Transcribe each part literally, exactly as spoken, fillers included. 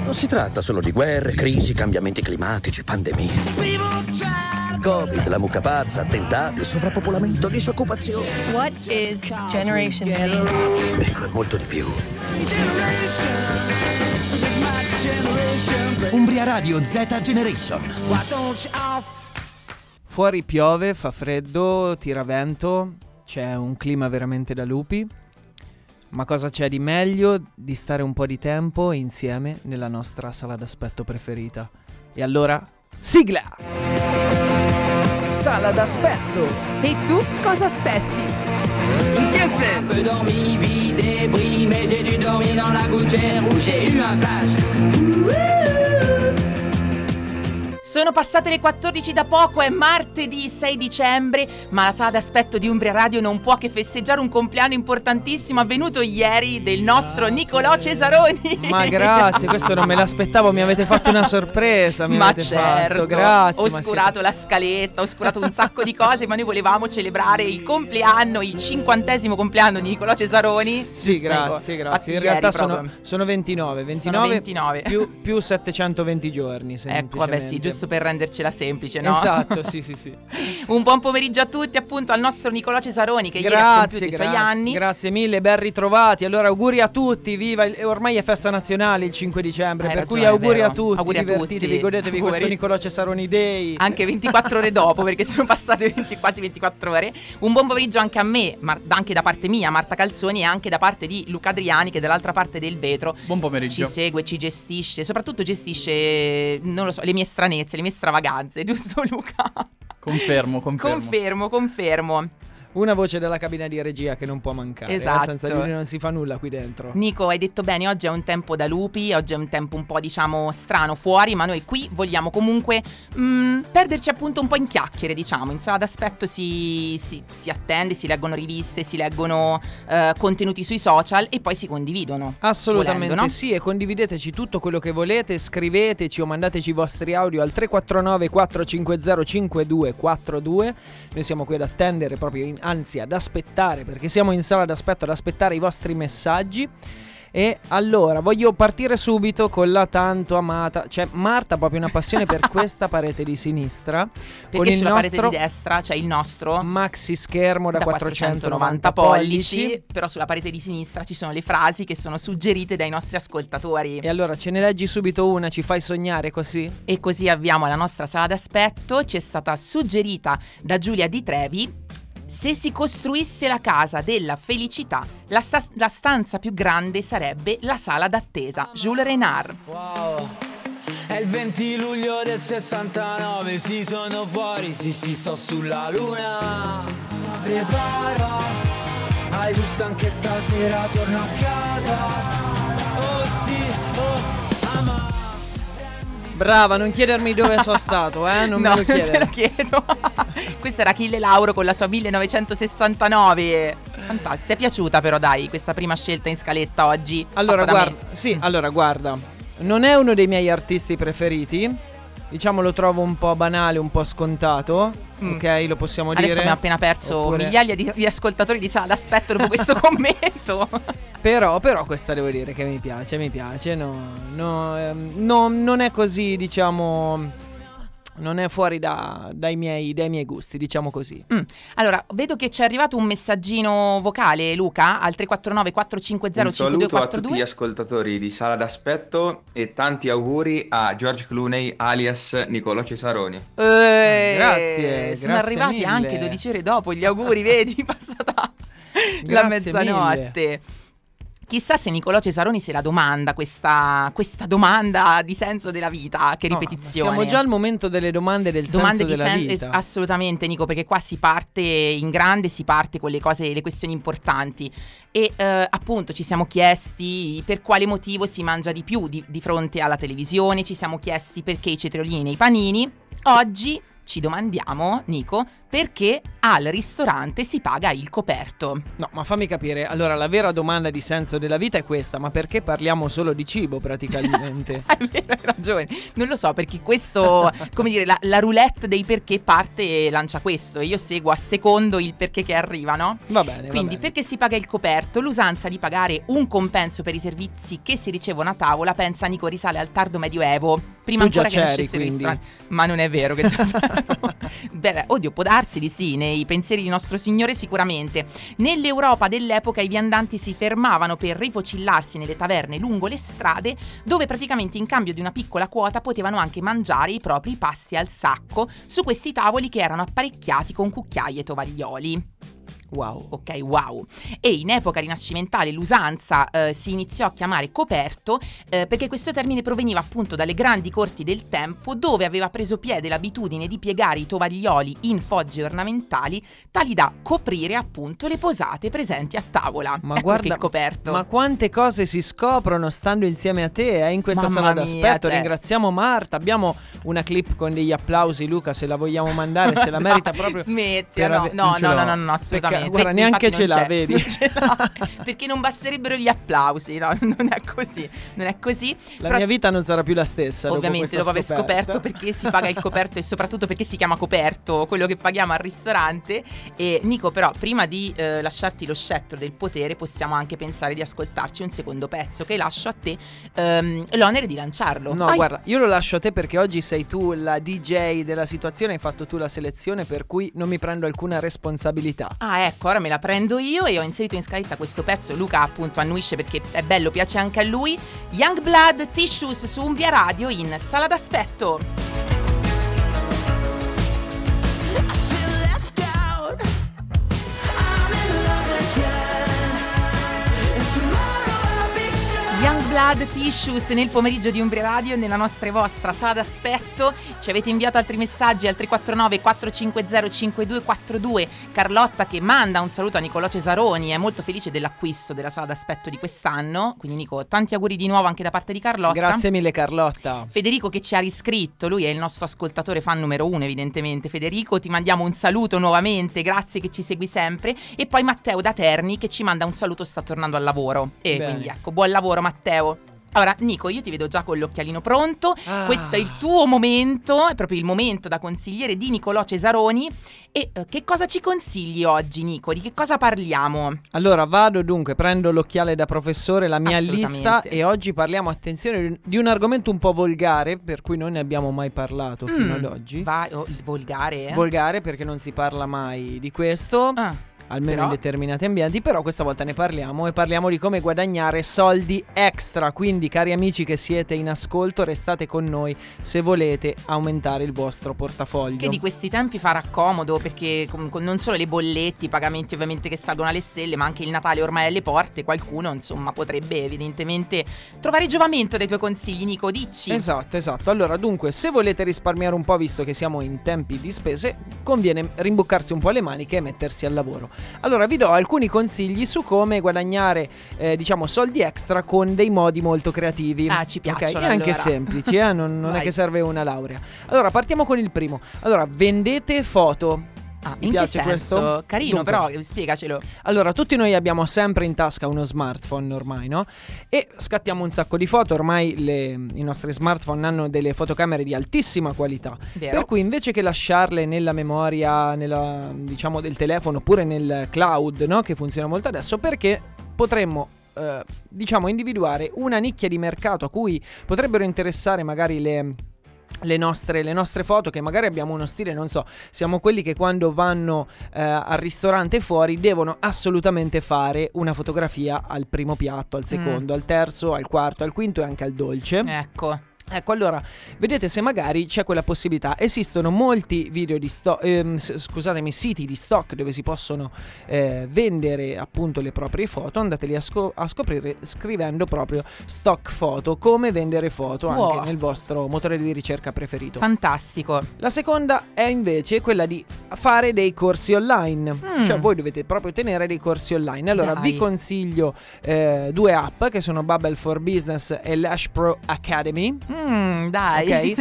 Non si tratta solo di guerre, crisi, cambiamenti climatici, pandemie. Covid, la mucca pazza, attentati, sovrappopolamento, disoccupazione. What is Generation Z? Ecco, è molto di più. Umbria Radio Z Generation. Fuori piove, fa freddo, tira vento, c'è un clima veramente da lupi. Ma cosa c'è di meglio di stare un po' di tempo insieme nella nostra sala d'aspetto preferita? E allora, sigla! Sala d'aspetto! E tu cosa aspetti? In che senso? Peu dormi, vie débris, mais j'ai dû dormir dans la gouttière où j'ai eu un flash. Sono passate le quattordici da poco, è martedì sei dicembre, ma la sala d'aspetto di Umbria Radio non può che festeggiare un compleanno importantissimo avvenuto ieri del nostro Nicolò Cesaroni. Ma grazie, questo non me l'aspettavo, mi avete fatto una sorpresa, mi ma avete certo, fatto, grazie. ho oscurato siete... la scaletta, ho oscurato un sacco di cose, ma noi volevamo celebrare il compleanno, il cinquantesimo compleanno di Nicolò Cesaroni. Sì, Giusto, grazie, grazie. In ieri realtà sono, proprio. sono ventinove, ventinove, sono ventinove. Più, più settecentoventi giorni. Ecco, vabbè sì, giusto per rendercela semplice, no? Esatto, sì, sì, sì. Un buon pomeriggio a tutti, appunto, al nostro Nicolò Cesaroni che grazie, ieri ha compiuto gra- i suoi anni. Grazie mille, ben ritrovati. Allora, auguri a tutti, viva, il, ormai è festa nazionale il cinque dicembre, Hai per ragione, cui auguri a a tutti, auguri a divertitevi, tutti. godetevi Auguri. questo Nicolò Cesaroni Day. Anche ventiquattro ore dopo, perché sono passate venti, quasi ventiquattro ore. Un buon pomeriggio anche a me, ma anche da parte mia, Marta Calzoni, e anche da parte di Luca Adriani, che dall'altra parte del vetro buon pomeriggio. ci segue, ci gestisce, soprattutto gestisce, non lo so, le mie stranezze, le mie stravaganze, giusto Luca? Confermo, confermo. Confermo, confermo. Una voce della cabina di regia che non può mancare. Esatto. eh, senza di lui non si fa nulla qui dentro. Nico, hai detto bene, oggi è un tempo da lupi, oggi è un tempo un po' diciamo strano fuori, ma noi qui vogliamo comunque mh, perderci appunto un po' in chiacchiere, diciamo. In sala d'aspetto si, si, si attende, si leggono riviste, si leggono eh, contenuti sui social e poi si condividono. Assolutamente volendo, no? Sì, e condivideteci tutto quello che volete, scriveteci o mandateci i vostri audio al tre quattro nove quattro cinque zero cinque due quattro due. Noi siamo qui ad attendere proprio in anzi ad aspettare, perché siamo in sala d'aspetto ad aspettare i vostri messaggi. E allora voglio partire subito con la tanto amata, cioè Marta ha proprio una passione per questa parete di sinistra, perché con il sulla nostro parete di destra c'è il nostro maxi schermo da, da quattrocentonovanta pollici, pollici, però sulla parete di sinistra ci sono le frasi che sono suggerite dai nostri ascoltatori. E allora ce ne leggi subito una, ci fai sognare così? E così avviamo la nostra sala d'aspetto. Ci è stata suggerita da Giulia Di Trevi: se si costruisse la casa della felicità, la, sta- la stanza più grande sarebbe la sala d'attesa. Jules Renard. Wow, è il venti luglio del sessantanove, sì sono fuori, sì sì sto sulla luna. Ma prepara, hai visto anche stasera torno a casa. Oh sì, oh ama. Brava, non chiedermi dove sono stato, eh, non no, me lo chiedere. te lo chiedo. Questo era Achille Lauro con la sua millenovecentosessantanove. Fantastico. Ti è piaciuta però, dai, questa prima scelta in scaletta oggi? Allora fatta da guarda, me? sì, allora guarda, non è uno dei miei artisti preferiti. Diciamo lo trovo un po' banale, un po' scontato. Mm. Ok, lo possiamo Adesso dire. abbiamo appena perso Oppure... migliaia di, di ascoltatori di sala d'aspetto dopo questo commento. Però, però questa devo dire che mi piace, mi piace. No, no, ehm, no, non è così, diciamo. Non è fuori da, dai, miei, dai miei gusti, diciamo così. Mm. Allora, vedo che ci è arrivato un messaggino vocale, Luca, al tre quattro nove quattro cinque zero cinque due quattro due. Un saluto a tutti gli ascoltatori di Sala d'Aspetto e tanti auguri a George Clooney alias Nicolò Cesaroni. Eh, grazie, sono grazie arrivati mille. Anche dodici ore dopo gli auguri, vedi, passata la Grazie mezzanotte. mille. Chissà se Nicolò Cesaroni se la domanda questa, questa domanda di senso della vita, che No, ripetizione. siamo già al momento delle domande del domande senso di della sen- vita. es- assolutamente, Nico, perché qua si parte in grande, si parte con le cose, le questioni importanti. E eh, appunto ci siamo chiesti per quale motivo si mangia di più di, di fronte alla televisione, ci siamo chiesti perché i cetriolini e i panini. Oggi ci domandiamo, Nico, perché al ristorante si paga il coperto. No, ma fammi capire, allora la vera domanda di senso della vita è questa: ma perché parliamo solo di cibo praticamente? È vero, hai ragione. Non lo so, perché questo, come dire, la, la roulette dei perché parte e lancia questo, e io seguo a secondo il perché che arriva, no? Va bene. Quindi va bene. perché si paga il coperto? L'usanza di pagare un compenso per i servizi che si ricevono a tavola, pensa Nico, risale al tardo medioevo, prima Tu già ancora che c'eri, nascessero i quindi. ristoranti. Ma non è vero che già c'erano. Beh, beh, oddio, può darsi di sì, nei pensieri di nostro Signore sicuramente. Nell'Europa dell'epoca i viandanti si fermavano per rifocillarsi nelle taverne lungo le strade, dove praticamente in cambio di una piccola quota potevano anche mangiare i propri pasti al sacco su questi tavoli che erano apparecchiati con cucchiai e tovaglioli. Wow. Ok, wow. E in epoca rinascimentale l'usanza eh, si iniziò a chiamare coperto eh, perché questo termine proveniva appunto dalle grandi corti del tempo, dove aveva preso piede l'abitudine di piegare i tovaglioli in fogge ornamentali tali da coprire appunto le posate presenti a tavola. Ma Ecco guarda, il coperto. ma quante cose si scoprono stando insieme a te eh, in questa Mamma sala mia, d'aspetto. cioè. Ringraziamo Marta. Abbiamo una clip con degli applausi, Luca, se la vogliamo mandare, se la Dai, merita proprio. Smettila, per no, ave- no, non ce no, l'ho. no, no, no, assolutamente. Pecca- guarda, Beh, neanche infatti ce non l'ha, c'è, vedi? non ce l'ha, perché non basterebbero gli applausi, no? Non è così, non è così. La Però mia vita non sarà più la stessa. ovviamente dopo, dopo questa aver scoperta. scoperto perché si paga il coperto e soprattutto perché si chiama coperto quello che paghiamo al ristorante. E Nico, però prima di eh, lasciarti lo scettro del potere possiamo anche pensare di ascoltarci un secondo pezzo che lascio a te ehm, l'onere di lanciarlo. No, Vai. guarda, io lo lascio a te perché oggi sei tu la D J della situazione, hai fatto tu la selezione, per cui non mi prendo alcuna responsabilità. Ah, ecco, ora me la prendo io e ho inserito in scaletta questo pezzo. Luca appunto annuisce perché è bello, piace anche a lui. Youngblood Tissues su Umbria Radio in Sala d'aspetto. Youngblood Tissues nel pomeriggio di Umbria Radio, nella nostra e vostra sala d'aspetto. Ci avete inviato altri messaggi al tre quattro nove quattro cinque zero cinque due quattro due. Carlotta che manda un saluto a Nicolò Cesaroni, è molto felice dell'acquisto della sala d'aspetto di quest'anno, quindi Nico, tanti auguri di nuovo anche da parte di Carlotta. Grazie mille Carlotta. Federico che ci ha riscritto, lui è il nostro ascoltatore fan numero uno evidentemente. Federico, ti mandiamo un saluto nuovamente, grazie che ci segui sempre. E poi Matteo da Terni che ci manda un saluto, sta tornando al lavoro. E Bene. quindi ecco, buon lavoro Matteo. Allora Nico, io ti vedo già con l'occhialino pronto. Ah. Questo è il tuo momento, è proprio il momento da consigliere di Nicolò Cesaroni. E eh, che cosa ci consigli oggi, Nico? Di che cosa parliamo? Allora vado dunque, prendo l'occhiale da professore, la mia Assolutamente. lista, e oggi parliamo, attenzione, di un argomento un po' volgare, per cui non ne abbiamo mai parlato fino Mm, ad oggi. Va, oh, il volgare, eh? Volgare perché non si parla mai di questo. Ah. Almeno Però? in determinati ambienti, però questa volta ne parliamo e parliamo di come guadagnare soldi extra. Quindi cari amici che siete in ascolto, restate con noi se volete aumentare il vostro portafoglio. Che di questi tempi farà comodo, perché con, con non solo le bollette, i pagamenti ovviamente che salgono alle stelle, ma anche il Natale ormai alle porte, qualcuno insomma potrebbe evidentemente trovare giovamento dai tuoi consigli. Nico, dici. Esatto, esatto. Allora, dunque, se volete risparmiare un po', visto che siamo in tempi di spese, conviene rimboccarsi un po' le maniche e mettersi al lavoro. Allora, vi do alcuni consigli su come guadagnare, eh, diciamo, soldi extra con dei modi molto creativi. Ah, ci piacciono, Ok, e anche allora. semplici, eh? non, non è Vai. che serve una laurea. Allora, partiamo con il primo. Allora, vendete foto. Ah, Vi in che piace senso? questo? Carino, Dunque, però, spiegacelo. allora, tutti noi abbiamo sempre in tasca uno smartphone ormai, no? E scattiamo un sacco di foto. Ormai le, i nostri smartphone hanno delle fotocamere di altissima qualità. Vero. Per cui invece che lasciarle nella memoria, nella, diciamo, del telefono oppure nel cloud, no? Che funziona molto adesso, perché potremmo eh, diciamo individuare una nicchia di mercato a cui potrebbero interessare magari le... Le nostre, le nostre foto, che magari abbiamo uno stile, non so, siamo quelli che quando vanno eh, al ristorante fuori devono assolutamente fare una fotografia al primo piatto, al secondo, Mm. al terzo, al quarto, al quinto e anche al dolce. Ecco. Ecco, allora, vedete se magari c'è quella possibilità. Esistono molti video di stock, ehm, s- scusatemi, siti di stock dove si possono eh, vendere appunto le proprie foto. Andateli a, sco- a scoprire scrivendo proprio stock foto, come vendere foto Wow. anche nel vostro motore di ricerca preferito. Fantastico. La seconda è invece quella di fare dei corsi online. Mm. Cioè voi dovete proprio tenere dei corsi online. Allora Dai. vi consiglio eh, due app che sono Bubble for Business e Lash Pro Academy. Mm, dai. Ok,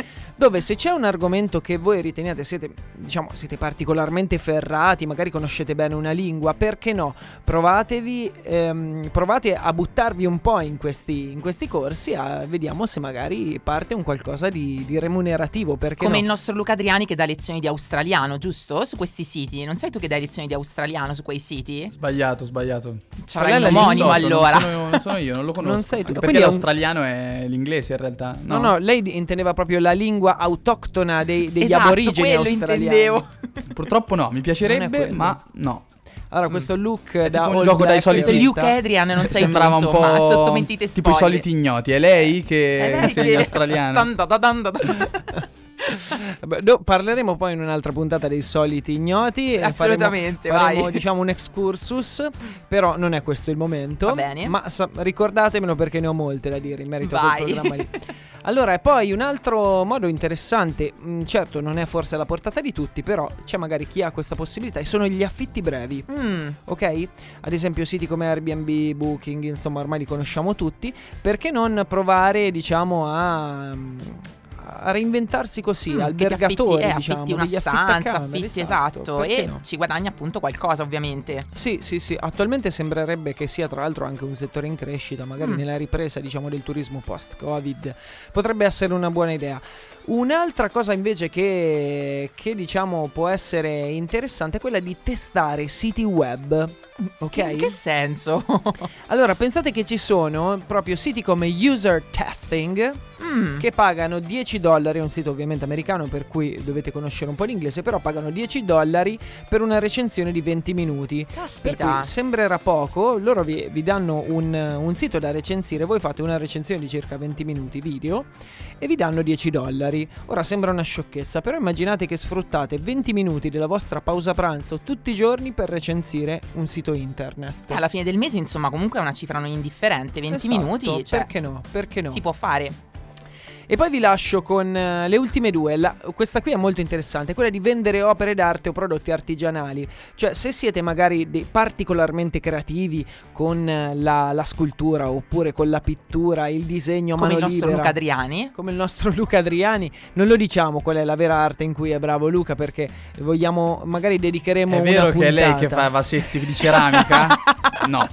dove se c'è un argomento che voi riteniate siete, diciamo, siete particolarmente ferrati, magari conoscete bene una lingua, perché no? Provatevi, ehm, provate a buttarvi un po' in questi, in questi corsi, a, vediamo se magari parte un qualcosa di, di remunerativo, perché come no? il nostro Luca Adriani che dà lezioni di australiano, giusto? Su questi siti. Non sei tu che dai lezioni di australiano su quei siti? Sbagliato, sbagliato. C'avrai l'omonimo allora. Non sono, non sono io, non lo conosco. Non sei tu. Anche Quindi perché è un- l'australiano è l'inglese in realtà. No, no, lei intendeva proprio la lingua autoctona dei, degli Esatto, aborigeni quello australiani. intendevo. Purtroppo no, mi Non piacerebbe, è quello. ma no. Allora, questo look È da tipo un All gioco dai Black soliti- Questo finta. Luke Adrian non Se- sei sembrava tu, un insomma, po' sotto mentite tipo i spoiler. soliti ignoti. È lei che È lei insegna che- australiano. Tan da da dan da da. Beh, no, parleremo poi in un'altra puntata dei soliti ignoti. e Assolutamente, faremo, faremo, vai. diciamo un excursus, però non è questo il momento. Va bene. Ma sa- ricordatemelo perché ne ho molte da dire in merito a Vai. quel programma lì. Allora, e poi un altro modo interessante, mh, certo non è forse alla portata di tutti, però c'è magari chi ha questa possibilità, e sono gli affitti brevi. Mm. Ok? Ad esempio siti come Airbnb, Booking, insomma ormai li conosciamo tutti. Perché non provare, diciamo, a, a reinventarsi così, Mm, che ti albergatori, affitti, eh, diciamo, affitti una degli stanza, affittacamere, affitti esatto, perché e no? ci guadagni appunto qualcosa ovviamente. Sì, sì, sì, attualmente sembrerebbe che sia tra l'altro anche un settore in crescita, magari Mm. nella ripresa, diciamo, del turismo post-Covid. Potrebbe essere una buona idea. Un'altra cosa invece che, che diciamo può essere interessante è quella di testare siti web. Ok? Che, in che senso? Allora, pensate che ci sono proprio siti come User Testing Mm. che pagano dieci dollari, è un sito ovviamente americano per cui dovete conoscere un po' l'inglese, però pagano dieci dollari per una recensione di venti minuti. Per Caspita. cui sembrerà poco, loro vi, vi danno un, un sito da recensire, voi fate una recensione di circa venti minuti video e vi danno dieci dollari. Ora sembra una sciocchezza, però immaginate che sfruttate venti minuti della vostra pausa pranzo tutti i giorni per recensire un sito internet. Alla fine del mese, insomma, comunque è una cifra non indifferente. venti Esatto, minuti, cioè, perché no? Perché no? si può fare. E poi vi lascio con eh, le ultime due. La- questa qui è molto interessante, quella di vendere opere d'arte o prodotti artigianali. Cioè, se siete magari dei particolarmente creativi con eh, la, la scultura oppure con la pittura, il disegno a Come mano il nostro libera, Luca Adriani. come il nostro Luca Adriani, non lo diciamo qual è la vera arte in cui è bravo Luca, perché vogliamo, magari dedicheremo È una vero che è lei che puntata. fa vasetti di ceramica? No,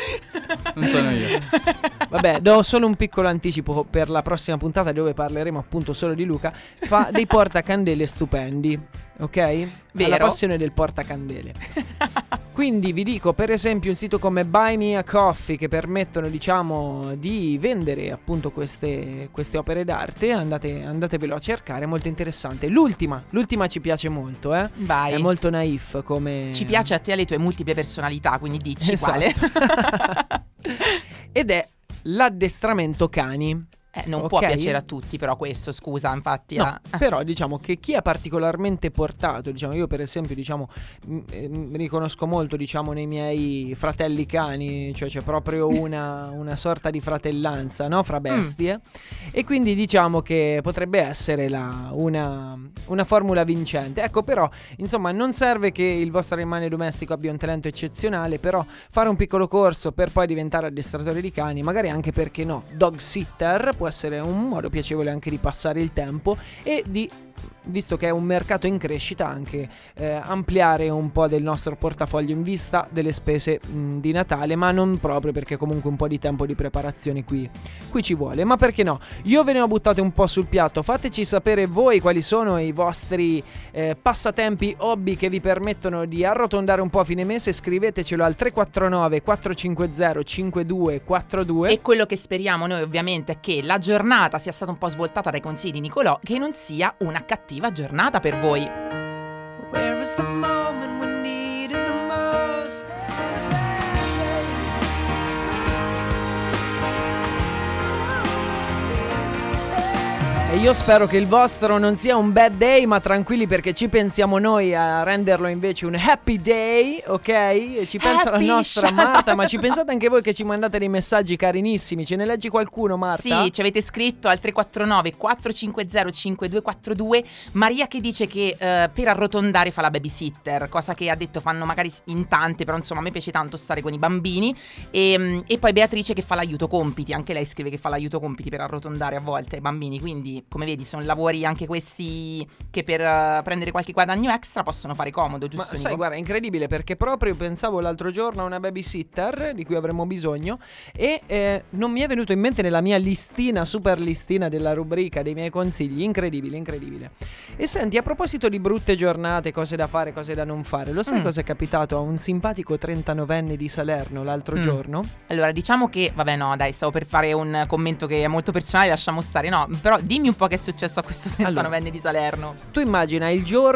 non sono io. Vabbè, do solo un piccolo anticipo per la prossima puntata dove parleremo appunto solo di Luca. Fa dei portacandele stupendi, ok? Vero. Ha la passione del portacandele. Quindi vi dico, per esempio, un sito come Buy Me a Coffee, che permettono, diciamo, di vendere appunto queste, queste opere d'arte. Andate, andatevelo a cercare, è molto interessante. L'ultima, l'ultima ci piace molto, eh? Vai. È molto naif come... Ci piace a te e alle tue multiple personalità, quindi dici Esatto. quale. Ed è l'addestramento cani. Eh, non Ok. può piacere a tutti, però questo, scusa, infatti. No, eh. però diciamo che chi è particolarmente portato, diciamo io per esempio, diciamo m- eh, mi riconosco molto, diciamo, nei miei fratelli cani, cioè c'è proprio una, una sorta di fratellanza, no, fra bestie, e quindi diciamo che potrebbe essere la, una, una formula vincente. Ecco, però insomma non serve che il vostro animale domestico abbia un talento eccezionale, però fare un piccolo corso per poi diventare addestratore di cani, magari anche, perché no, dog sitter, può essere un modo piacevole anche di passare il tempo e di, visto che è un mercato in crescita, anche eh, ampliare un po' del nostro portafoglio in vista delle spese mh, di Natale, ma non proprio, perché comunque un po' di tempo di preparazione qui, qui ci vuole. Ma perché no? Io ve ne ho buttate un po' sul piatto, fateci sapere voi quali sono i vostri eh, passatempi, hobby che vi permettono di arrotondare un po' a fine mese. Scrivetecelo al tre quattro nove quattro cinque zero cinque due quattro due. E quello che speriamo noi ovviamente è che la giornata sia stata un po' svoltata dai consigli di Nicolò, che non sia una cattiva giornata per voi. Where is the moment we needed the most? E io spero che il vostro non sia un bad day, ma tranquilli, perché ci pensiamo noi a renderlo invece un happy day, ok? E ci pensa Happy la nostra show. Marta, ma ci pensate anche voi che ci mandate dei messaggi carinissimi? Ce ne leggi qualcuno, Marta? Sì, ci avete scritto al tre quattro nove quattro cinque zero cinque due quattro due. Maria che dice che eh, per arrotondare fa la babysitter, cosa che ha detto fanno magari in tante, però insomma a me piace tanto stare con i bambini. E, e poi Beatrice che fa l'aiuto compiti, anche lei scrive che fa l'aiuto compiti per arrotondare a volte ai bambini, quindi quindi come vedi sono lavori anche questi che per uh, prendere qualche guadagno extra possono fare comodo, giusto? Ma Nico? sai, guarda, è incredibile perché proprio pensavo l'altro giorno a una babysitter di cui avremmo bisogno e eh, non mi è venuto in mente nella mia listina, super listina della rubrica dei miei consigli. Incredibile, incredibile. E senti, a proposito di brutte giornate, cose da fare, cose da non fare, lo sai Mm. cosa è capitato a un simpatico trentanovenne di Salerno l'altro Mm. giorno? Allora diciamo che, vabbè no dai, stavo per fare un commento che è molto personale, lasciamo stare, no, però dimmi un po' che è successo a questo trentanovenne di Salerno. Tu immagina il giorno